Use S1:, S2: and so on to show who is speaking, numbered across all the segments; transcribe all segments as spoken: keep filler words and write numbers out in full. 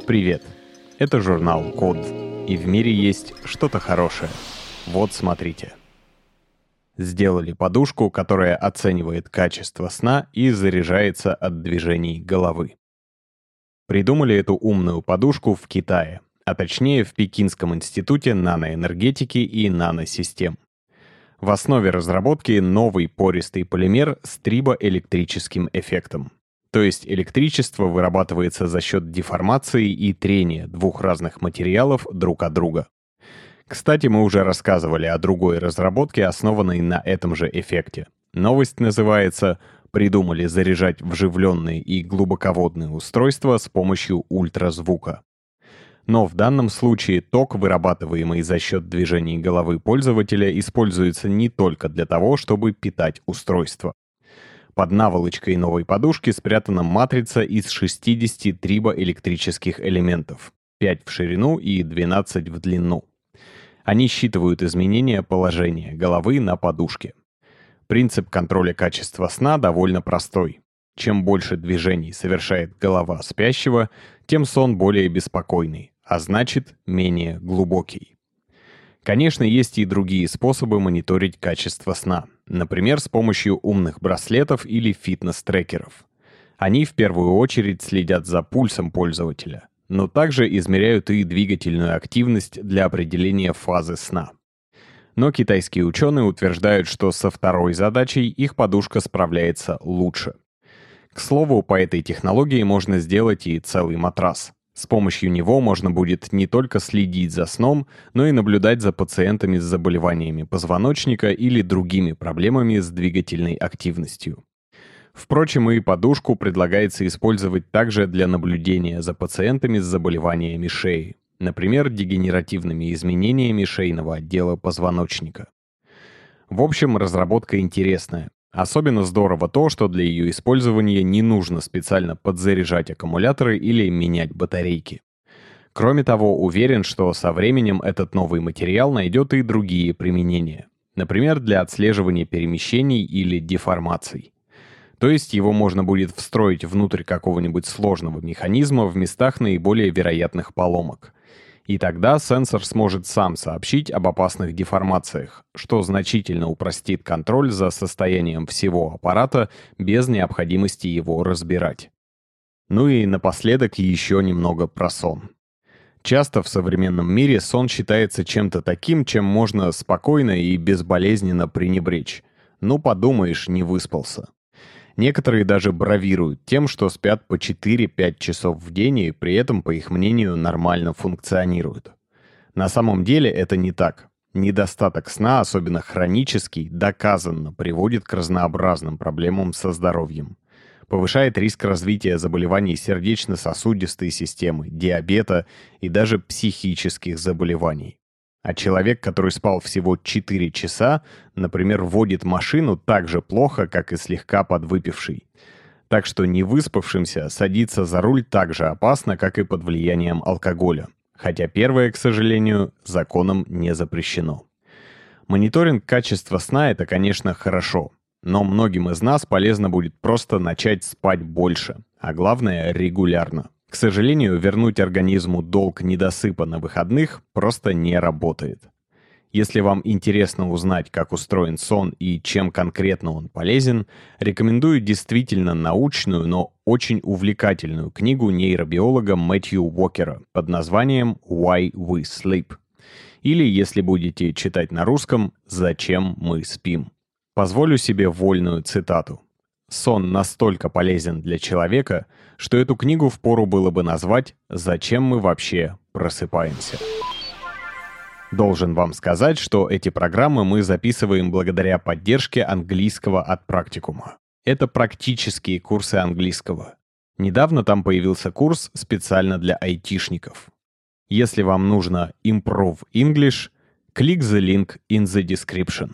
S1: Привет! Это журнал Код, и в мире есть что-то хорошее. Вот смотрите. Сделали подушку, которая оценивает качество сна и заряжается от движений головы. Придумали эту умную подушку в Китае, а точнее в Пекинском институте наноэнергетики и наносистем. В основе разработки новый пористый полимер с трибоэлектрическим эффектом. То есть электричество вырабатывается за счет деформации и трения двух разных материалов друг от друга. Кстати, мы уже рассказывали о другой разработке, основанной на этом же эффекте. Новость называется «Придумали заряжать вживленные и глубоководные устройства с помощью ультразвука». Но в данном случае ток, вырабатываемый за счет движений головы пользователя, используется не только для того, чтобы питать устройство. Под наволочкой новой подушки спрятана матрица из шестидесяти трибоэлектрических элементов, пять в ширину и двенадцать в длину. Они считывают изменения положения головы на подушке. Принцип контроля качества сна довольно простой. Чем больше движений совершает голова спящего, тем сон более беспокойный, а значит, менее глубокий. Конечно, есть и другие способы мониторить качество сна. Например, с помощью умных браслетов или фитнес-трекеров. Они в первую очередь следят за пульсом пользователя, но также измеряют и двигательную активность для определения фазы сна. Но китайские ученые утверждают, что со второй задачей их подушка справляется лучше. К слову, по этой технологии можно сделать и целый матрас. С помощью него можно будет не только следить за сном, но и наблюдать за пациентами с заболеваниями позвоночника или другими проблемами с двигательной активностью. Впрочем, и подушку предлагается использовать также для наблюдения за пациентами с заболеваниями шеи, например, дегенеративными изменениями шейного отдела позвоночника. В общем, разработка интересная. Особенно здорово то, что для ее использования не нужно специально подзаряжать аккумуляторы или менять батарейки. Кроме того, уверен, что со временем этот новый материал найдет и другие применения. Например, для отслеживания перемещений или деформаций. То есть его можно будет встроить внутрь какого-нибудь сложного механизма в местах наиболее вероятных поломок. И тогда сенсор сможет сам сообщить об опасных деформациях, что значительно упростит контроль за состоянием всего аппарата без необходимости его разбирать. Ну и напоследок еще немного про сон. Часто в современном мире сон считается чем-то таким, чем можно спокойно и безболезненно пренебречь. Ну, подумаешь, не выспался. Некоторые даже бравируют тем, что спят по четыре-пять часов в день и при этом, по их мнению, нормально функционируют. На самом деле это не так. Недостаток сна, особенно хронический, доказанно приводит к разнообразным проблемам со здоровьем. Повышает риск развития заболеваний сердечно-сосудистой системы, диабета и даже психических заболеваний. А человек, который спал всего четыре часа, например, водит машину так же плохо, как и слегка подвыпивший. Так что невыспавшимся садиться за руль так же опасно, как и под влиянием алкоголя. Хотя первое, к сожалению, законом не запрещено. Мониторинг качества сна — это, конечно, хорошо. Но многим из нас полезно будет просто начать спать больше. А главное — регулярно. К сожалению, вернуть организму долг недосыпа на выходных просто не работает. Если вам интересно узнать, как устроен сон и чем конкретно он полезен, рекомендую действительно научную, но очень увлекательную книгу нейробиолога Мэтью Уокера под названием «Why We Sleep». Или, если будете читать на русском, «Зачем мы спим?». Позволю себе вольную цитату. Сон настолько полезен для человека, что эту книгу впору было бы назвать «Зачем мы вообще просыпаемся?». Должен вам сказать, что эти программы мы записываем благодаря поддержке английского от практикума. Это практические курсы английского. Недавно там появился курс специально для айтишников. Если вам нужно Improve English, click the link in the description.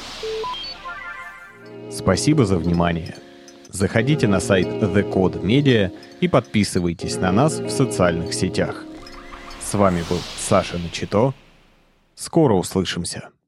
S1: Спасибо за внимание. Заходите на сайт The Code Media и подписывайтесь на нас в социальных сетях. С вами был Саша Начито. Скоро услышимся.